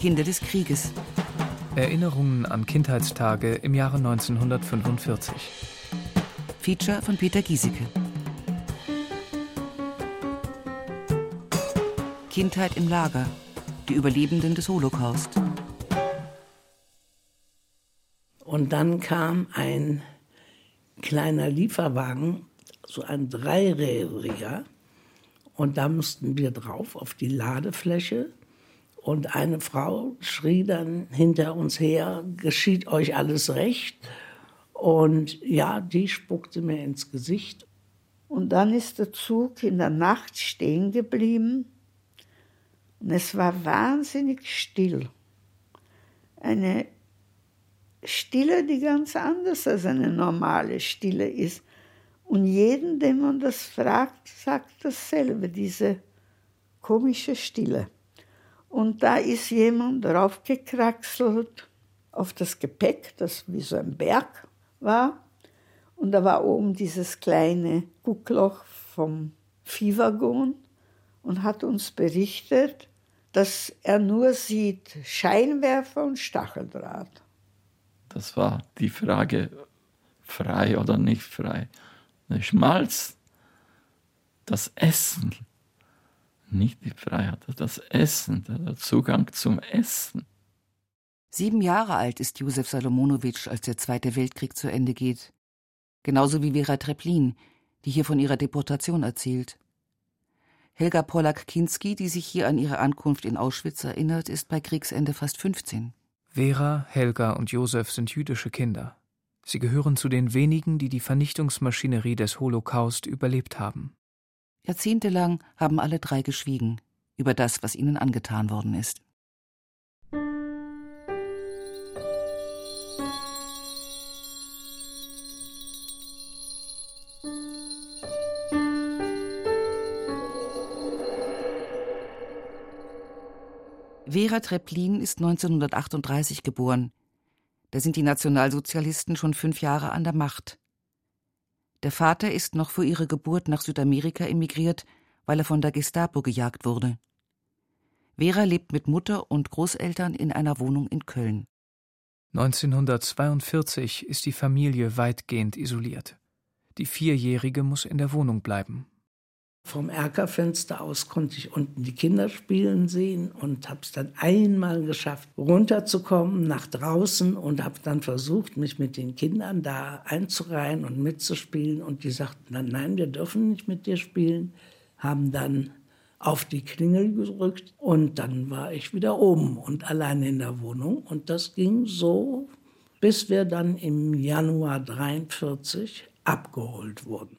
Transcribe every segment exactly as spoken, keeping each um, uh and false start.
Kinder des Krieges. Erinnerungen an Kindheitstage im Jahre neunzehnhundertfünfundvierzig. Feature von Peter Giesecke. Kindheit im Lager. Die Überlebenden des Holocaust. Und dann kam ein kleiner Lieferwagen, so ein dreirädriger. Und da mussten wir drauf auf die Ladefläche. Und eine Frau schrie dann hinter uns her, geschieht euch alles recht? Und ja, die spuckte mir ins Gesicht. Und dann ist der Zug in der Nacht stehen geblieben. Und es war wahnsinnig still. Eine Stille, die ganz anders als eine normale Stille ist. Und jeden, den man das fragt, sagt dasselbe, diese komische Stille. Und da ist jemand draufgekraxelt auf das Gepäck, das wie so ein Berg war. Und da war oben dieses kleine Guckloch vom Viehwaggon und hat uns berichtet, dass er nur sieht Scheinwerfer und Stacheldraht. Das war die Frage, frei oder nicht frei. Der Schmalz, das Essen, nicht die Freiheit, das Essen, der Zugang zum Essen. Sieben Jahre alt ist Josef Salomonowitsch, als der Zweite Weltkrieg zu Ende geht. Genauso wie Vera Treplin, die hier von ihrer Deportation erzählt. Helga Pollack-Kinski, die sich hier an ihre Ankunft in Auschwitz erinnert, ist bei Kriegsende fast fünfzehn. Vera, Helga und Josef sind jüdische Kinder. Sie gehören zu den wenigen, die die Vernichtungsmaschinerie des Holocaust überlebt haben. Jahrzehntelang haben alle drei geschwiegen über das, was ihnen angetan worden ist. Vera Treplin ist neunzehnhundertachtunddreißig geboren. Da sind die Nationalsozialisten schon fünf Jahre an der Macht. Der Vater ist noch vor ihrer Geburt nach Südamerika emigriert, weil er von der Gestapo gejagt wurde. Vera lebt mit Mutter und Großeltern in einer Wohnung in Köln. neunzehnhundertzweiundvierzig ist die Familie weitgehend isoliert. Die Vierjährige muss in der Wohnung bleiben. Vom Erkerfenster aus konnte ich unten die Kinder spielen sehen und habe es dann einmal geschafft, runterzukommen nach draußen und habe dann versucht, mich mit den Kindern da einzureihen und mitzuspielen. Und die sagten dann, nein, wir dürfen nicht mit dir spielen, haben dann auf die Klingel gedrückt und dann war ich wieder oben und allein in der Wohnung. Und das ging so, bis wir dann im Januar neunzehnhundertdreiundvierzig abgeholt wurden.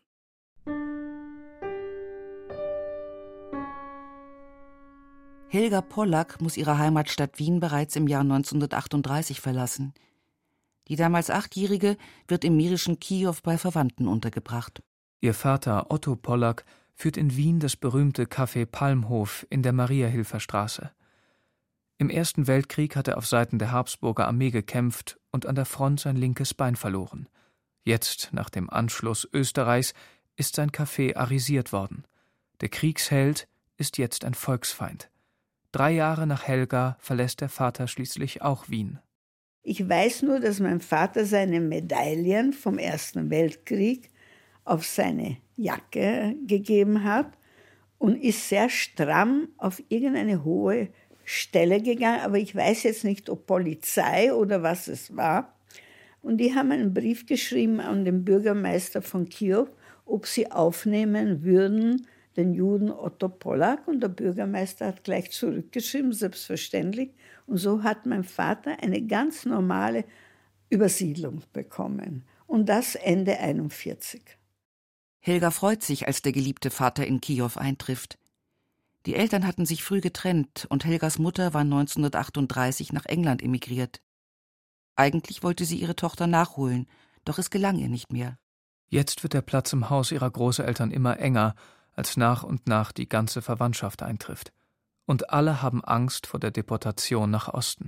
Helga Pollack muss ihre Heimatstadt Wien bereits im Jahr neunzehnhundertachtunddreißig verlassen. Die damals Achtjährige wird im mährischen Kiew bei Verwandten untergebracht. Ihr Vater Otto Pollack führt in Wien das berühmte Café Palmhof in der Mariahilfer-Straße. Im Ersten Weltkrieg hat er auf Seiten der Habsburger Armee gekämpft und an der Front sein linkes Bein verloren. Jetzt, nach dem Anschluss Österreichs, ist sein Café arisiert worden. Der Kriegsheld ist jetzt ein Volksfeind. Drei Jahre nach Helga verlässt der Vater schließlich auch Wien. Ich weiß nur, dass mein Vater seine Medaillen vom Ersten Weltkrieg auf seine Jacke gegeben hat und ist sehr stramm auf irgendeine hohe Stelle gegangen. Aber ich weiß jetzt nicht, ob Polizei oder was es war. Und die haben einen Brief geschrieben an den Bürgermeister von Kiew, ob sie aufnehmen würden, den Juden Otto Pollack, und der Bürgermeister hat gleich zurückgeschrieben, selbstverständlich. Und so hat mein Vater eine ganz normale Übersiedlung bekommen. Und das Ende einundvierzig. Helga freut sich, als der geliebte Vater in Kiew eintrifft. Die Eltern hatten sich früh getrennt und Helgas Mutter war neunzehnhundertachtunddreißig nach England emigriert. Eigentlich wollte sie ihre Tochter nachholen, doch es gelang ihr nicht mehr. Jetzt wird der Platz im Haus ihrer Großeltern immer enger, als nach und nach die ganze Verwandtschaft eintrifft. Und alle haben Angst vor der Deportation nach Osten.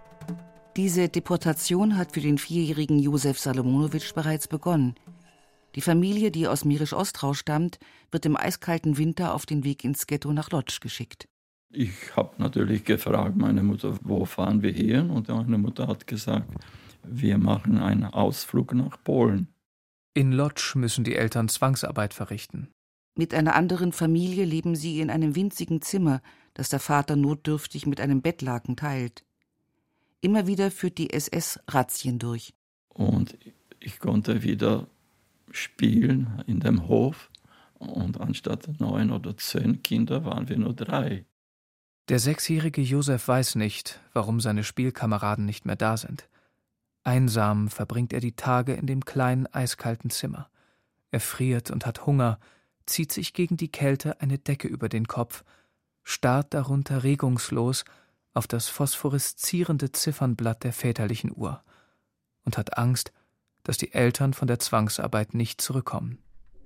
Diese Deportation hat für den vierjährigen Josef Salomonowitsch bereits begonnen. Die Familie, die aus Mirisch-Ostrau stammt, wird im eiskalten Winter auf den Weg ins Ghetto nach Lodz geschickt. Ich habe natürlich gefragt, meine Mutter, wo fahren wir hin? Und meine Mutter hat gesagt, wir machen einen Ausflug nach Polen. In Lodz müssen die Eltern Zwangsarbeit verrichten. Mit einer anderen Familie leben sie in einem winzigen Zimmer, das der Vater notdürftig mit einem Bettlaken teilt. Immer wieder führt die S S Razzien durch. Und ich konnte wieder spielen in dem Hof. Und anstatt neun oder zehn Kinder waren wir nur drei. Der sechsjährige Josef weiß nicht, warum seine Spielkameraden nicht mehr da sind. Einsam verbringt er die Tage in dem kleinen, eiskalten Zimmer. Er friert und hat Hunger, zieht sich gegen die Kälte eine Decke über den Kopf, starrt darunter regungslos auf das phosphoreszierende Ziffernblatt der väterlichen Uhr und hat Angst, dass die Eltern von der Zwangsarbeit nicht zurückkommen.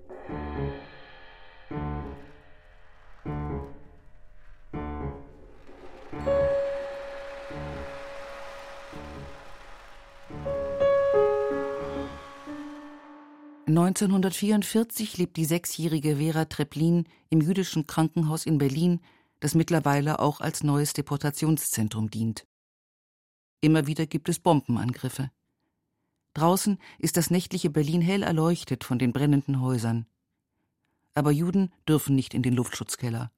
neunzehnhundertvierundvierzig lebt die sechsjährige Vera Treplin im jüdischen Krankenhaus in Berlin, das mittlerweile auch als neues Deportationszentrum dient. Immer wieder gibt es Bombenangriffe. Draußen ist das nächtliche Berlin hell erleuchtet von den brennenden Häusern. Aber Juden dürfen nicht in den Luftschutzkeller.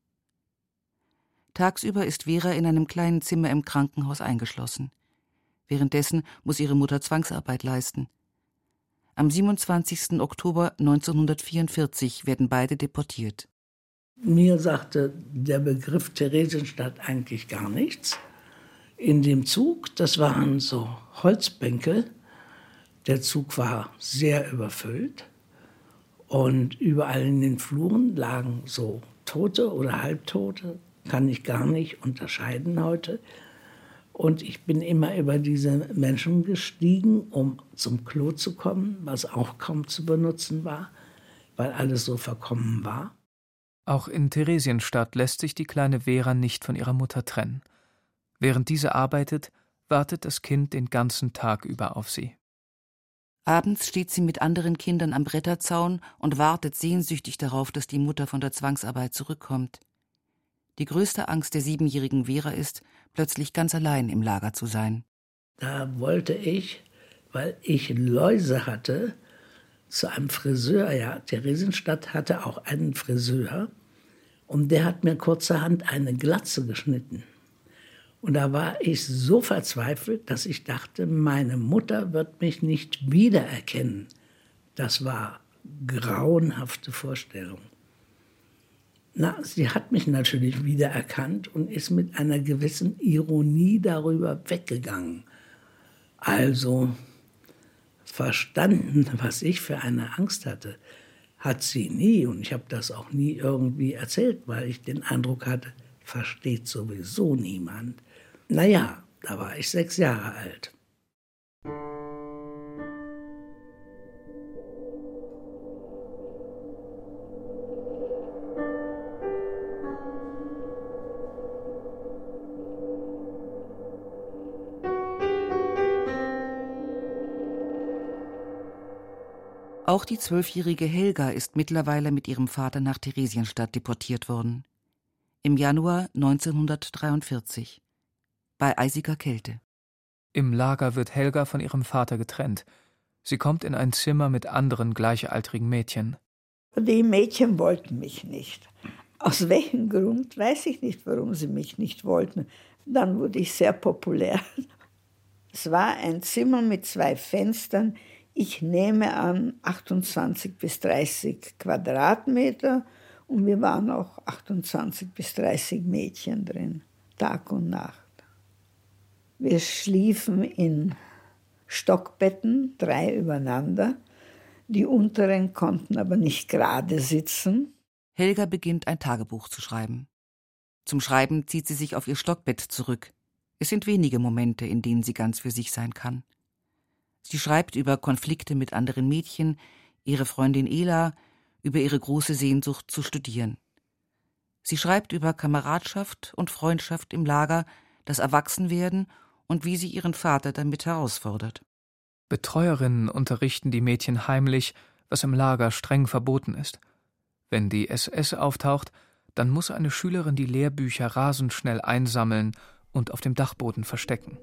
Tagsüber ist Vera in einem kleinen Zimmer im Krankenhaus eingeschlossen. Währenddessen muss ihre Mutter Zwangsarbeit leisten. Am siebenundzwanzigsten Oktober neunzehnhundertvierundvierzig werden beide deportiert. Mir sagte der Begriff Theresienstadt eigentlich gar nichts. In dem Zug, das waren so Holzbänke, der Zug war sehr überfüllt und überall in den Fluren lagen so Tote oder Halbtote, kann ich gar nicht unterscheiden heute. Und ich bin immer über diese Menschen gestiegen, um zum Klo zu kommen, was auch kaum zu benutzen war, weil alles so verkommen war. Auch in Theresienstadt lässt sich die kleine Vera nicht von ihrer Mutter trennen. Während diese arbeitet, wartet das Kind den ganzen Tag über auf sie. Abends steht sie mit anderen Kindern am Bretterzaun und wartet sehnsüchtig darauf, dass die Mutter von der Zwangsarbeit zurückkommt. Die größte Angst der siebenjährigen Vera ist, plötzlich ganz allein im Lager zu sein. Da wollte ich, weil ich Läuse hatte, zu einem Friseur. Ja, Theresienstadt hatte auch einen Friseur und der hat mir kurzerhand eine Glatze geschnitten. Und da war ich so verzweifelt, dass ich dachte, meine Mutter wird mich nicht wiedererkennen. Das war grauenhafte Vorstellung. Na, sie hat mich natürlich wiedererkannt und ist mit einer gewissen Ironie darüber weggegangen. Also verstanden, was ich für eine Angst hatte, hat sie nie. Und ich habe das auch nie irgendwie erzählt, weil ich den Eindruck hatte, versteht sowieso niemand. Naja, da war ich sechs Jahre alt. Auch die zwölfjährige Helga ist mittlerweile mit ihrem Vater nach Theresienstadt deportiert worden. Im Januar neunzehnhundertdreiundvierzig. Bei eisiger Kälte. Im Lager wird Helga von ihrem Vater getrennt. Sie kommt in ein Zimmer mit anderen gleichaltrigen Mädchen. Die Mädchen wollten mich nicht. Aus welchem Grund, weiß ich nicht, warum sie mich nicht wollten. Dann wurde ich sehr populär. Es war ein Zimmer mit zwei Fenstern. Ich nehme an achtundzwanzig bis dreißig Quadratmeter und wir waren auch achtundzwanzig bis dreißig Mädchen drin, Tag und Nacht. Wir schliefen in Stockbetten, drei übereinander. Die unteren konnten aber nicht gerade sitzen. Helga beginnt ein Tagebuch zu schreiben. Zum Schreiben zieht sie sich auf ihr Stockbett zurück. Es sind wenige Momente, in denen sie ganz für sich sein kann. Sie schreibt über Konflikte mit anderen Mädchen, ihre Freundin Ela, über ihre große Sehnsucht zu studieren. Sie schreibt über Kameradschaft und Freundschaft im Lager, das Erwachsenwerden und wie sie ihren Vater damit herausfordert. Betreuerinnen unterrichten die Mädchen heimlich, was im Lager streng verboten ist. Wenn die S S auftaucht, dann muss eine Schülerin die Lehrbücher rasend schnell einsammeln und auf dem Dachboden verstecken.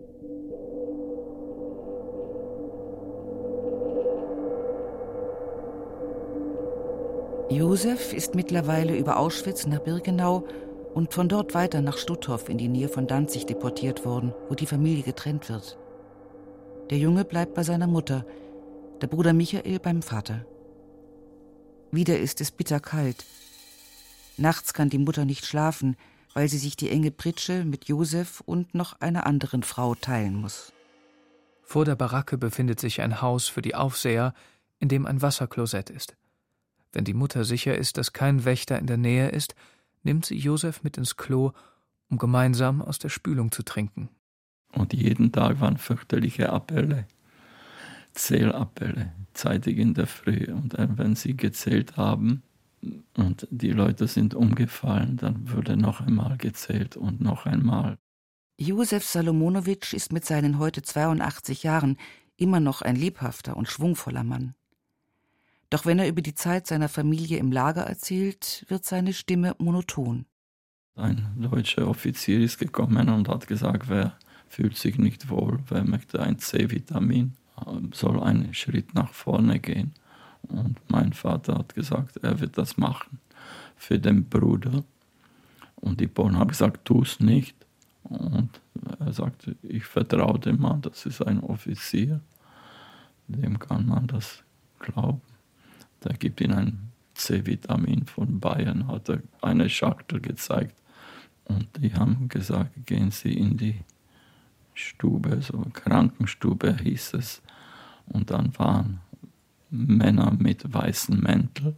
Josef ist mittlerweile über Auschwitz nach Birkenau und von dort weiter nach Stutthof in die Nähe von Danzig deportiert worden, wo die Familie getrennt wird. Der Junge bleibt bei seiner Mutter, der Bruder Michael beim Vater. Wieder ist es bitterkalt. Nachts kann die Mutter nicht schlafen, weil sie sich die enge Pritsche mit Josef und noch einer anderen Frau teilen muss. Vor der Baracke befindet sich ein Haus für die Aufseher, in dem ein Wasserklosett ist. Wenn die Mutter sicher ist, dass kein Wächter in der Nähe ist, nimmt sie Josef mit ins Klo, um gemeinsam aus der Spülung zu trinken. Und jeden Tag waren fürchterliche Appelle, Zählappelle, zeitig in der Früh. Und wenn sie gezählt haben und die Leute sind umgefallen, dann wurde noch einmal gezählt und noch einmal. Josef Salomonowitsch ist mit seinen heute zweiundachtzig Jahren immer noch ein lebhafter und schwungvoller Mann. Doch wenn er über die Zeit seiner Familie im Lager erzählt, wird seine Stimme monoton. Ein deutscher Offizier ist gekommen und hat gesagt, wer fühlt sich nicht wohl, wer möchte ein C-Vitamin, soll einen Schritt nach vorne gehen. Und mein Vater hat gesagt, er wird das machen für den Bruder. Und die Polen haben gesagt, tu es nicht. Und er sagte, ich vertraue dem Mann, das ist ein Offizier, dem kann man das glauben. Der gibt ihnen ein C-Vitamin von Bayern, hat er eine Schachtel gezeigt. Und die haben gesagt, gehen Sie in die Stube, so Krankenstube hieß es. Und dann waren Männer mit weißen Mänteln.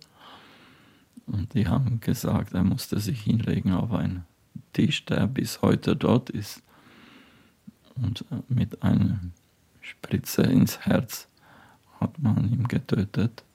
Und die haben gesagt, er musste sich hinlegen auf einen Tisch, der bis heute dort ist. Und mit einer Spritze ins Herz hat man ihn getötet.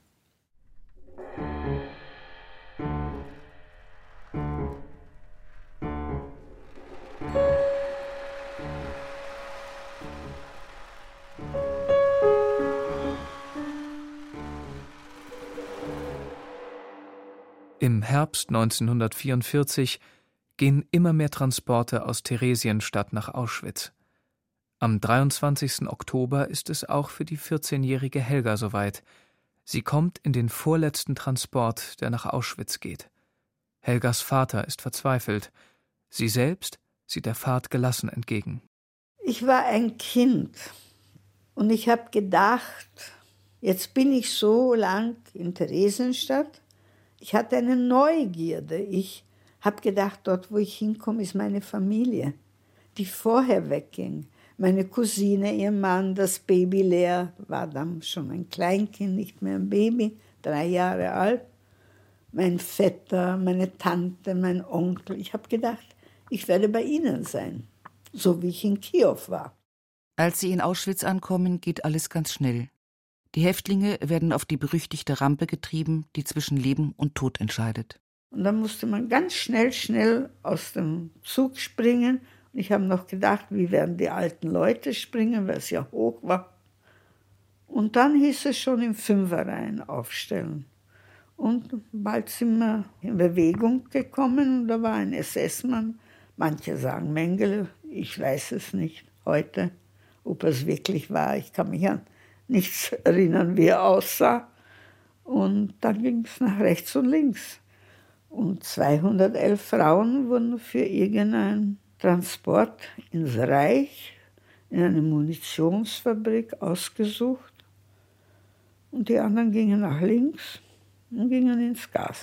Im Herbst neunzehnhundertvierundvierzig gehen immer mehr Transporte aus Theresienstadt nach Auschwitz. Am dreiundzwanzigsten Oktober ist es auch für die vierzehnjährige Helga soweit. Sie kommt in den vorletzten Transport, der nach Auschwitz geht. Helgas Vater ist verzweifelt. Sie selbst sieht der Fahrt gelassen entgegen. Ich war ein Kind und ich habe gedacht, jetzt bin ich so lang in Theresienstadt. Ich hatte eine Neugierde. Ich habe gedacht, dort, wo ich hinkomme, ist meine Familie, die vorher wegging. Meine Cousine, ihr Mann, das Baby Lea, war dann schon ein Kleinkind, nicht mehr ein Baby, drei Jahre alt. Mein Vetter, meine Tante, mein Onkel. Ich habe gedacht, ich werde bei ihnen sein, so wie ich in Kiew war. Als sie in Auschwitz ankommen, geht alles ganz schnell. Die Häftlinge werden auf die berüchtigte Rampe getrieben, die zwischen Leben und Tod entscheidet. Und dann musste man ganz schnell, schnell aus dem Zug springen. Und ich habe noch gedacht, wie werden die alten Leute springen, weil es ja hoch war. Und dann hieß es schon im Fünferreihen aufstellen. Und bald sind wir in Bewegung gekommen und da war ein S S-Mann. Manche sagen Mengele, ich weiß es nicht heute, ob es wirklich war. Ich kann mich an nichts erinnern, wie er aussah. Und dann ging es nach rechts und links. Und zweihundertelf Frauen wurden für irgendeinen Transport ins Reich, in eine Munitionsfabrik ausgesucht. Und die anderen gingen nach links und gingen ins Gas.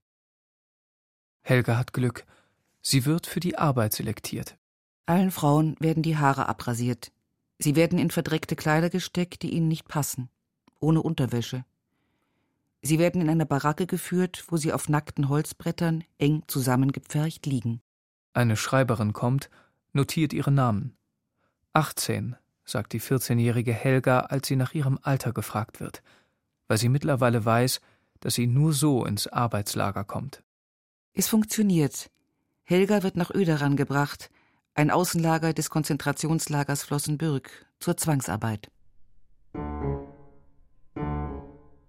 Helga hat Glück. Sie wird für die Arbeit selektiert. Allen Frauen werden die Haare abrasiert. Sie werden in verdreckte Kleider gesteckt, die ihnen nicht passen, ohne Unterwäsche. Sie werden in eine Baracke geführt, wo sie auf nackten Holzbrettern eng zusammengepfercht liegen. Eine Schreiberin kommt, notiert ihre Namen. achtzehn, sagt die vierzehnjährige Helga, als sie nach ihrem Alter gefragt wird, weil sie mittlerweile weiß, dass sie nur so ins Arbeitslager kommt. Es funktioniert. Helga wird nach Öderan gebracht, ein Außenlager des Konzentrationslagers Flossenbürg, zur Zwangsarbeit.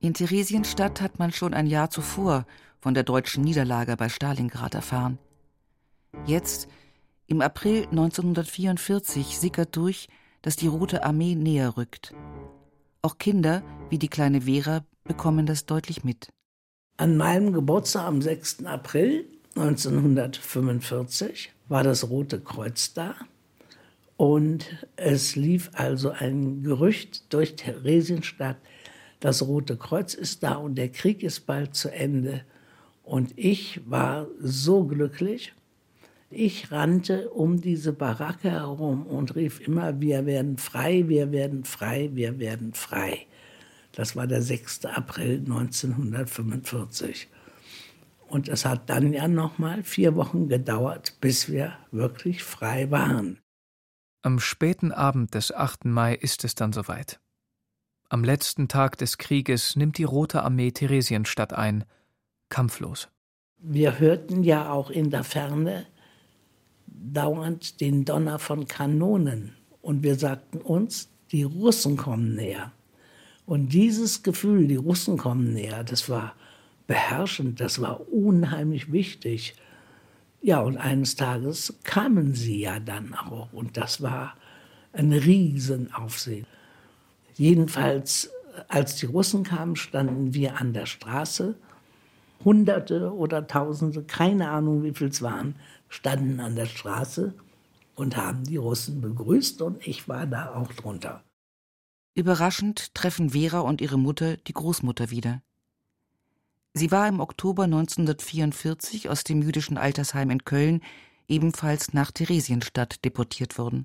In Theresienstadt hat man schon ein Jahr zuvor von der deutschen Niederlage bei Stalingrad erfahren. Jetzt, im April neunzehnhundertvierundvierzig, sickert durch, dass die Rote Armee näher rückt. Auch Kinder, wie die kleine Vera, bekommen das deutlich mit. An meinem Geburtstag am sechsten April neunzehnhundertfünfundvierzig war das Rote Kreuz da. Und es lief also ein Gerücht durch Theresienstadt, das Rote Kreuz ist da und der Krieg ist bald zu Ende. Und ich war so glücklich. Ich rannte um diese Baracke herum und rief immer, wir werden frei, wir werden frei, wir werden frei. Das war der sechste April neunzehnhundertfünfundvierzig. Und es hat dann ja noch mal vier Wochen gedauert, bis wir wirklich frei waren. Am späten Abend des achten Mai ist es dann soweit. Am letzten Tag des Krieges nimmt die Rote Armee Theresienstadt ein, kampflos. Wir hörten ja auch in der Ferne dauernd den Donner von Kanonen. Und wir sagten uns, die Russen kommen näher. Und dieses Gefühl, die Russen kommen näher, das war beherrschend, das war unheimlich wichtig. Ja, und eines Tages kamen sie ja dann auch. Und das war ein Riesenaufsehen. Jedenfalls, als die Russen kamen, standen wir an der Straße. Hunderte oder Tausende, keine Ahnung, wie viel es waren, standen an der Straße und haben die Russen begrüßt. Und ich war da auch drunter. Überraschend treffen Vera und ihre Mutter die Großmutter wieder. Sie war im Oktober neunzehnhundertvierundvierzig aus dem jüdischen Altersheim in Köln ebenfalls nach Theresienstadt deportiert worden.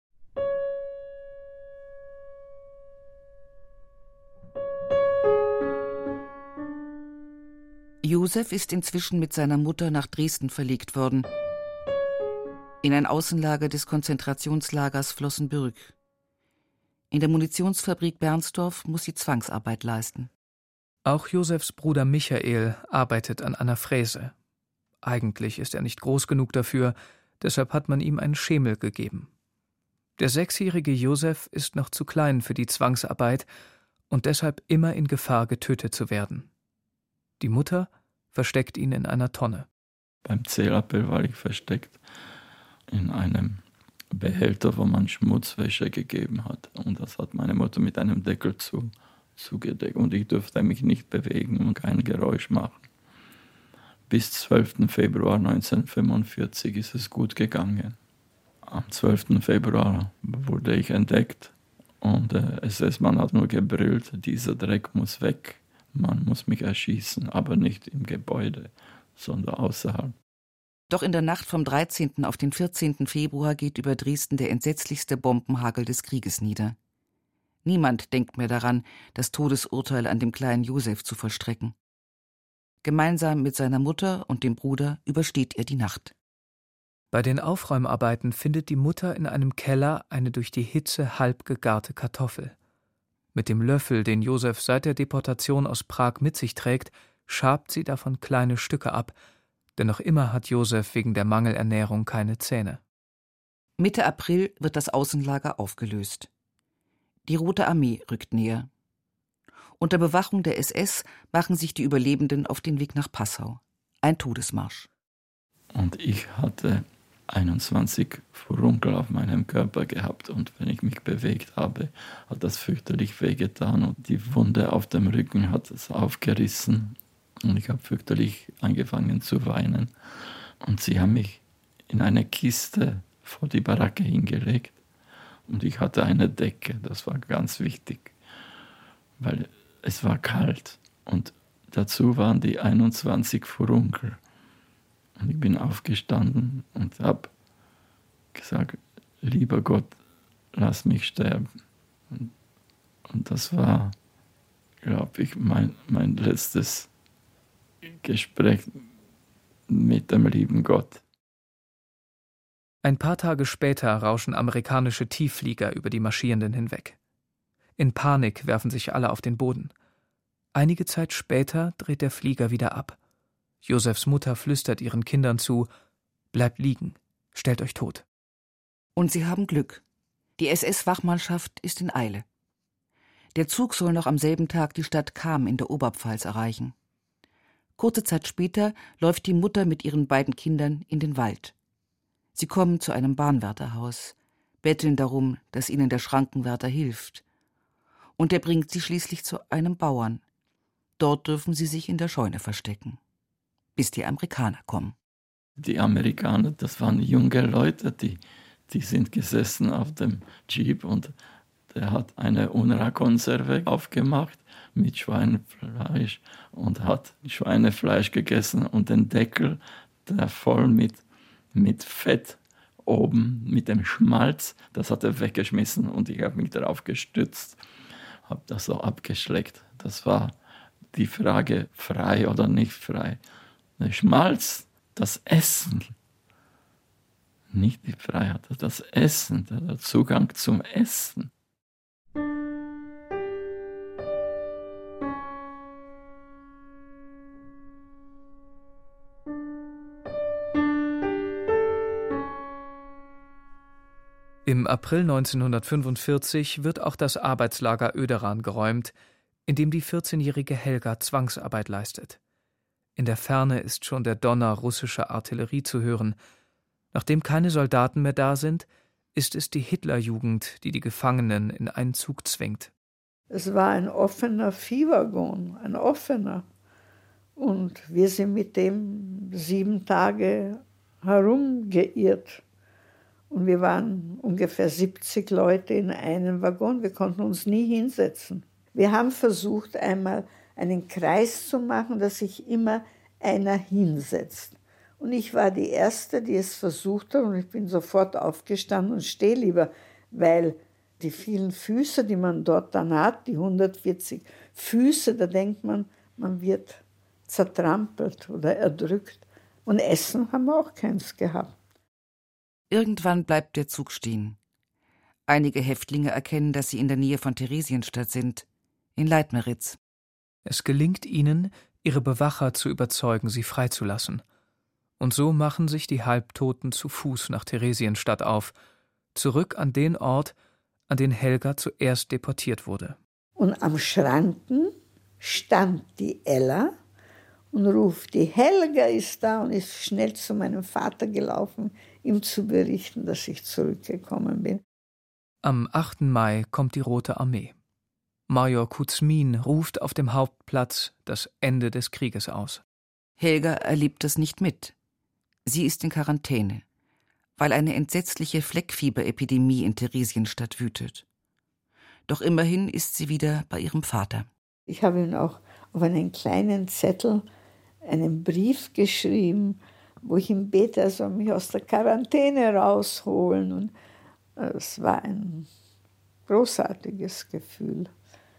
Josef ist inzwischen mit seiner Mutter nach Dresden verlegt worden, in ein Außenlager des Konzentrationslagers Flossenbürg. In der Munitionsfabrik Bernsdorf muss sie Zwangsarbeit leisten. Auch Josefs Bruder Michael arbeitet an einer Fräse. Eigentlich ist er nicht groß genug dafür, deshalb hat man ihm einen Schemel gegeben. Der sechsjährige Josef ist noch zu klein für die Zwangsarbeit und deshalb immer in Gefahr, getötet zu werden. Die Mutter versteckt ihn in einer Tonne. Beim Zählappell war ich versteckt in einem Behälter, wo man Schmutzwäsche gegeben hat. Und das hat meine Mutter mit einem Deckel zu, zugedeckt. Und ich durfte mich nicht bewegen und kein Geräusch machen. Bis zwölften Februar neunzehnhundertfünfundvierzig ist es gut gegangen. Am zwölften Februar wurde ich entdeckt und der S S-Mann hat nur gebrüllt, dieser Dreck muss weg. Man muss mich erschießen, aber nicht im Gebäude, sondern außerhalb. Doch in der Nacht vom dreizehnten auf den vierzehnten Februar geht über Dresden der entsetzlichste Bombenhagel des Krieges nieder. Niemand denkt mehr daran, das Todesurteil an dem kleinen Josef zu vollstrecken. Gemeinsam mit seiner Mutter und dem Bruder übersteht er die Nacht. Bei den Aufräumarbeiten findet die Mutter in einem Keller eine durch die Hitze halb gegarte Kartoffel. Mit dem Löffel, den Josef seit der Deportation aus Prag mit sich trägt, schabt sie davon kleine Stücke ab, denn noch immer hat Josef wegen der Mangelernährung keine Zähne. Mitte April wird das Außenlager aufgelöst. Die Rote Armee rückt näher. Unter Bewachung der S S machen sich die Überlebenden auf den Weg nach Passau. Ein Todesmarsch. Und ich hatte einundzwanzig Furunkel auf meinem Körper gehabt und wenn ich mich bewegt habe, hat das fürchterlich wehgetan und die Wunde auf dem Rücken hat es aufgerissen und ich habe fürchterlich angefangen zu weinen. Und sie haben mich in eine Kiste vor die Baracke hingelegt und ich hatte eine Decke, das war ganz wichtig, weil es war kalt und dazu waren die einundzwanzig Furunkel. Und ich bin aufgestanden und habe gesagt, lieber Gott, lass mich sterben. Und, und das war, glaube ich, mein, mein letztes Gespräch mit dem lieben Gott. Ein paar Tage später rauschen amerikanische Tiefflieger über die Marschierenden hinweg. In Panik werfen sich alle auf den Boden. Einige Zeit später dreht der Flieger wieder ab. Josefs Mutter flüstert ihren Kindern zu, bleibt liegen, stellt euch tot. Und sie haben Glück. Die S S-Wachmannschaft ist in Eile. Der Zug soll noch am selben Tag die Stadt Cham in der Oberpfalz erreichen. Kurze Zeit später läuft die Mutter mit ihren beiden Kindern in den Wald. Sie kommen zu einem Bahnwärterhaus, betteln darum, dass ihnen der Schrankenwärter hilft. Und er bringt sie schließlich zu einem Bauern. Dort dürfen sie sich in der Scheune verstecken, bis die Amerikaner kommen. Die Amerikaner, das waren junge Leute, die, die sind gesessen auf dem Jeep und der hat eine U N R W A-Konserve aufgemacht mit Schweinefleisch und hat Schweinefleisch gegessen und den Deckel, der voll mit, mit Fett oben, mit dem Schmalz, das hat er weggeschmissen und ich habe mich darauf gestützt, habe das so abgeschleckt. Das war die Frage, frei oder nicht frei. Der Schmalz, das Essen, nicht die Freiheit, das Essen, der Zugang zum Essen. Im April neunzehnhundertfünfundvierzig wird auch das Arbeitslager Oederan geräumt, in dem die vierzehnjährige Helga Zwangsarbeit leistet. In der Ferne ist schon der Donner russischer Artillerie zu hören. Nachdem keine Soldaten mehr da sind, ist es die Hitlerjugend, die die Gefangenen in einen Zug zwingt. Es war ein offener Viehwaggon, ein offener. Und wir sind mit dem sieben Tage herumgeirrt. Und wir waren ungefähr siebzig Leute in einem Waggon. Wir konnten uns nie hinsetzen. Wir haben versucht, einmal einen Kreis zu machen, dass sich immer einer hinsetzt. Und ich war die Erste, die es versucht hat. Und ich bin sofort aufgestanden und stehe lieber, weil die vielen Füße, die man dort dann hat, die hundertvierzig Füße, da denkt man, man wird zertrampelt oder erdrückt. Und Essen haben wir auch keins gehabt. Irgendwann bleibt der Zug stehen. Einige Häftlinge erkennen, dass sie in der Nähe von Theresienstadt sind, in Leitmeritz. Es gelingt ihnen, ihre Bewacher zu überzeugen, sie freizulassen. Und so machen sich die Halbtoten zu Fuß nach Theresienstadt auf, zurück an den Ort, an den Helga zuerst deportiert wurde. Und am Schranken stand die Ella und ruft, die Helga ist da, und ist schnell zu meinem Vater gelaufen, ihm zu berichten, dass ich zurückgekommen bin. Am achten Mai kommt die Rote Armee. Major Kuzmin ruft auf dem Hauptplatz das Ende des Krieges aus. Helga erlebt das nicht mit. Sie ist in Quarantäne, weil eine entsetzliche Fleckfieberepidemie in Theresienstadt wütet. Doch immerhin ist sie wieder bei ihrem Vater. Ich habe ihm auch auf einen kleinen Zettel einen Brief geschrieben, wo ich ihm bete, er soll mich aus der Quarantäne rausholen. Und es war ein großartiges Gefühl.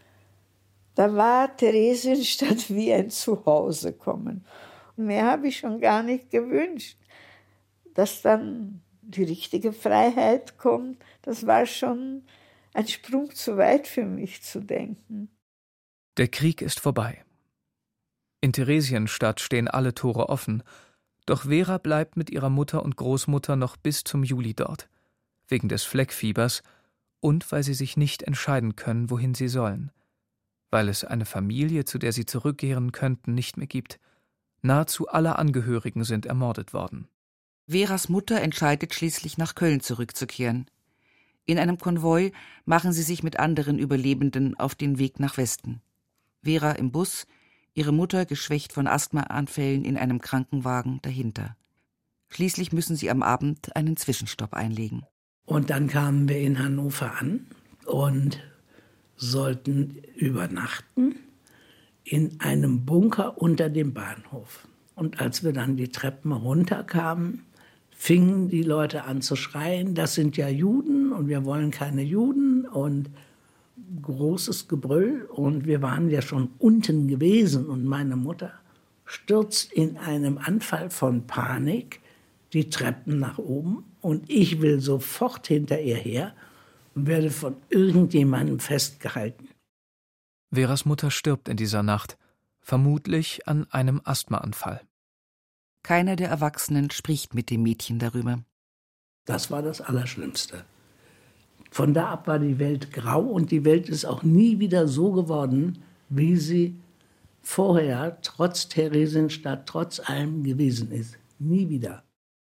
Da war Theresienstadt wie ein Zuhause kommen. Mehr habe ich schon gar nicht gewünscht. Dass dann die richtige Freiheit kommt, das war schon ein Sprung zu weit für mich zu denken. Der Krieg ist vorbei. In Theresienstadt stehen alle Tore offen, doch Vera bleibt mit ihrer Mutter und Großmutter noch bis zum Juli dort, wegen des Fleckfiebers und weil sie sich nicht entscheiden können, wohin sie sollen, weil es eine Familie, zu der sie zurückkehren könnten, nicht mehr gibt. Nahezu alle Angehörigen sind ermordet worden. Veras Mutter entscheidet schließlich, nach Köln zurückzukehren. In einem Konvoi machen sie sich mit anderen Überlebenden auf den Weg nach Westen. Vera im Bus, ihre Mutter, geschwächt von Asthmaanfällen, in einem Krankenwagen dahinter. Schließlich müssen sie am Abend einen Zwischenstopp einlegen. Und dann kamen wir in Hannover an und sollten übernachten in einem Bunker unter dem Bahnhof. Und als wir dann die Treppen runterkamen, fingen die Leute an zu schreien, das sind ja Juden und wir wollen keine Juden, und großes Gebrüll. Und wir waren ja schon unten gewesen und meine Mutter stürzt in einem Anfall von Panik die Treppen nach oben und ich will sofort hinter ihr her und werde von irgendjemandem festgehalten. Veras Mutter stirbt in dieser Nacht, vermutlich an einem Asthmaanfall. Keiner der Erwachsenen spricht mit dem Mädchen darüber. Das war das Allerschlimmste. Von da ab war die Welt grau und die Welt ist auch nie wieder so geworden, wie sie vorher, trotz Theresienstadt, trotz allem gewesen ist. Nie wieder.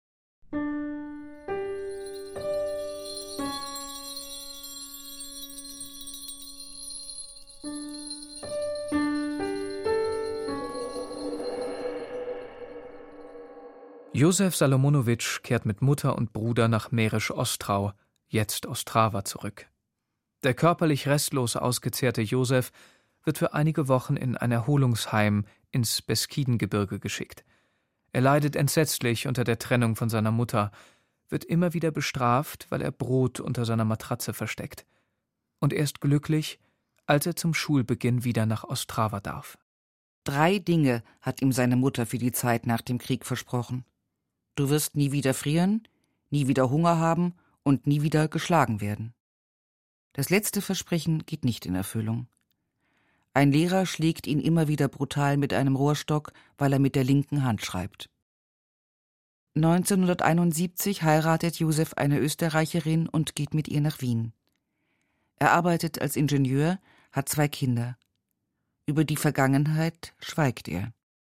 Josef Salomonowitsch kehrt mit Mutter und Bruder nach Mährisch-Ostrau, jetzt Ostrava, zurück. Der körperlich restlos ausgezehrte Josef wird für einige Wochen in ein Erholungsheim ins Beskidengebirge geschickt. Er leidet entsetzlich unter der Trennung von seiner Mutter, wird immer wieder bestraft, weil er Brot unter seiner Matratze versteckt. Und er ist glücklich, als er zum Schulbeginn wieder nach Ostrava darf. Drei Dinge hat ihm seine Mutter für die Zeit nach dem Krieg versprochen. Du wirst nie wieder frieren, nie wieder Hunger haben und nie wieder geschlagen werden. Das letzte Versprechen geht nicht in Erfüllung. Ein Lehrer schlägt ihn immer wieder brutal mit einem Rohrstock, weil er mit der linken Hand schreibt. neunzehnhunderteinundsiebzig heiratet Josef eine Österreicherin und geht mit ihr nach Wien. Er arbeitet als Ingenieur, hat zwei Kinder. Über die Vergangenheit schweigt er.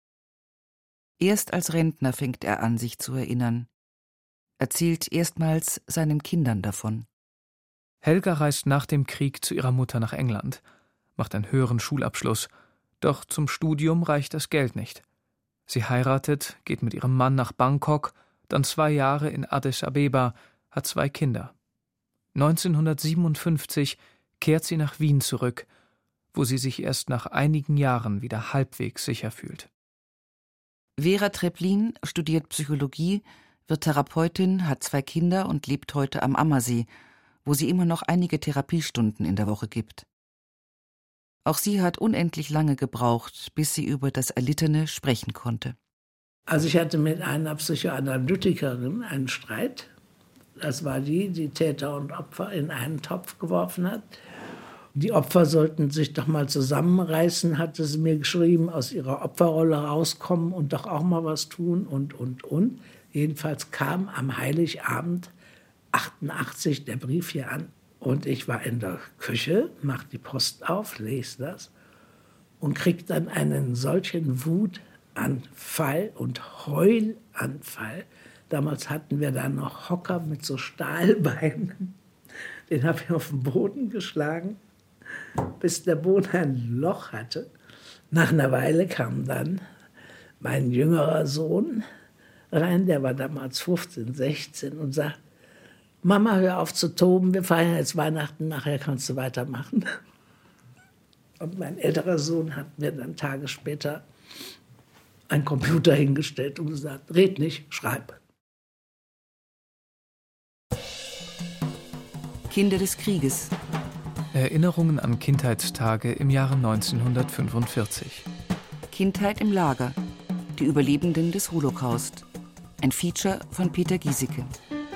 Erst als Rentner fängt er an, sich zu erinnern. Erzählt erstmals seinen Kindern davon. Helga reist nach dem Krieg zu ihrer Mutter nach England, macht einen höheren Schulabschluss, doch zum Studium reicht das Geld nicht. Sie heiratet, geht mit ihrem Mann nach Bangkok, dann zwei Jahre in Addis Abeba, hat zwei Kinder. neunzehnhundertsiebenundfünfzig kehrt sie nach Wien zurück, wo sie sich erst nach einigen Jahren wieder halbwegs sicher fühlt. Vera Treplin studiert Psychologie, wird Therapeutin, hat zwei Kinder und lebt heute am Ammersee, wo sie immer noch einige Therapiestunden in der Woche gibt. Auch sie hat unendlich lange gebraucht, bis sie über das Erlittene sprechen konnte. Also ich hatte mit einer Psychoanalytikerin einen Streit. Das war die, die Täter und Opfer in einen Topf geworfen hat. Die Opfer sollten sich doch mal zusammenreißen, hatte sie mir geschrieben, aus ihrer Opferrolle rauskommen und doch auch mal was tun und, und, und. Jedenfalls kam am Heiligabend achtundachtzig der Brief hier an. Und ich war in der Küche, mach die Post auf, lese das und krieg dann einen solchen Wutanfall und Heulanfall. Damals hatten wir da noch Hocker mit so Stahlbeinen. Den habe ich auf den Boden geschlagen, bis der Boden ein Loch hatte. Nach einer Weile kam dann mein jüngerer Sohn rein, der war damals fünfzehn, sechzehn und sagt, Mama, hör auf zu toben, wir feiern jetzt Weihnachten, nachher kannst du weitermachen. Und mein älterer Sohn hat mir dann Tage später einen Computer hingestellt und gesagt, red nicht, schreib. Kinder des Krieges. Erinnerungen an Kindheitstage im Jahre neunzehnhundertfünfundvierzig. Kindheit im Lager. Die Überlebenden des Holocaust. Ein Feature von Peter Giesecke.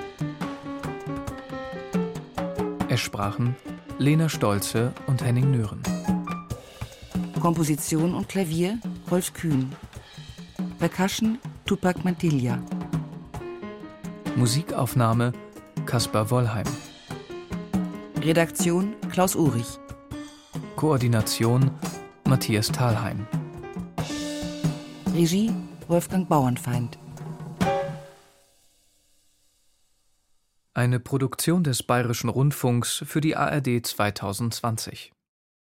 Es sprachen Lena Stolze und Henning Nören. Komposition und Klavier Rolf Kühn. Percussion Tupac Mantilla. Musikaufnahme Kaspar Wollheim. Redaktion Klaus Urich. Koordination Matthias Thalheim. Regie Wolfgang Bauernfeind. Eine Produktion des Bayerischen Rundfunks für die A R D zweitausendzwanzig.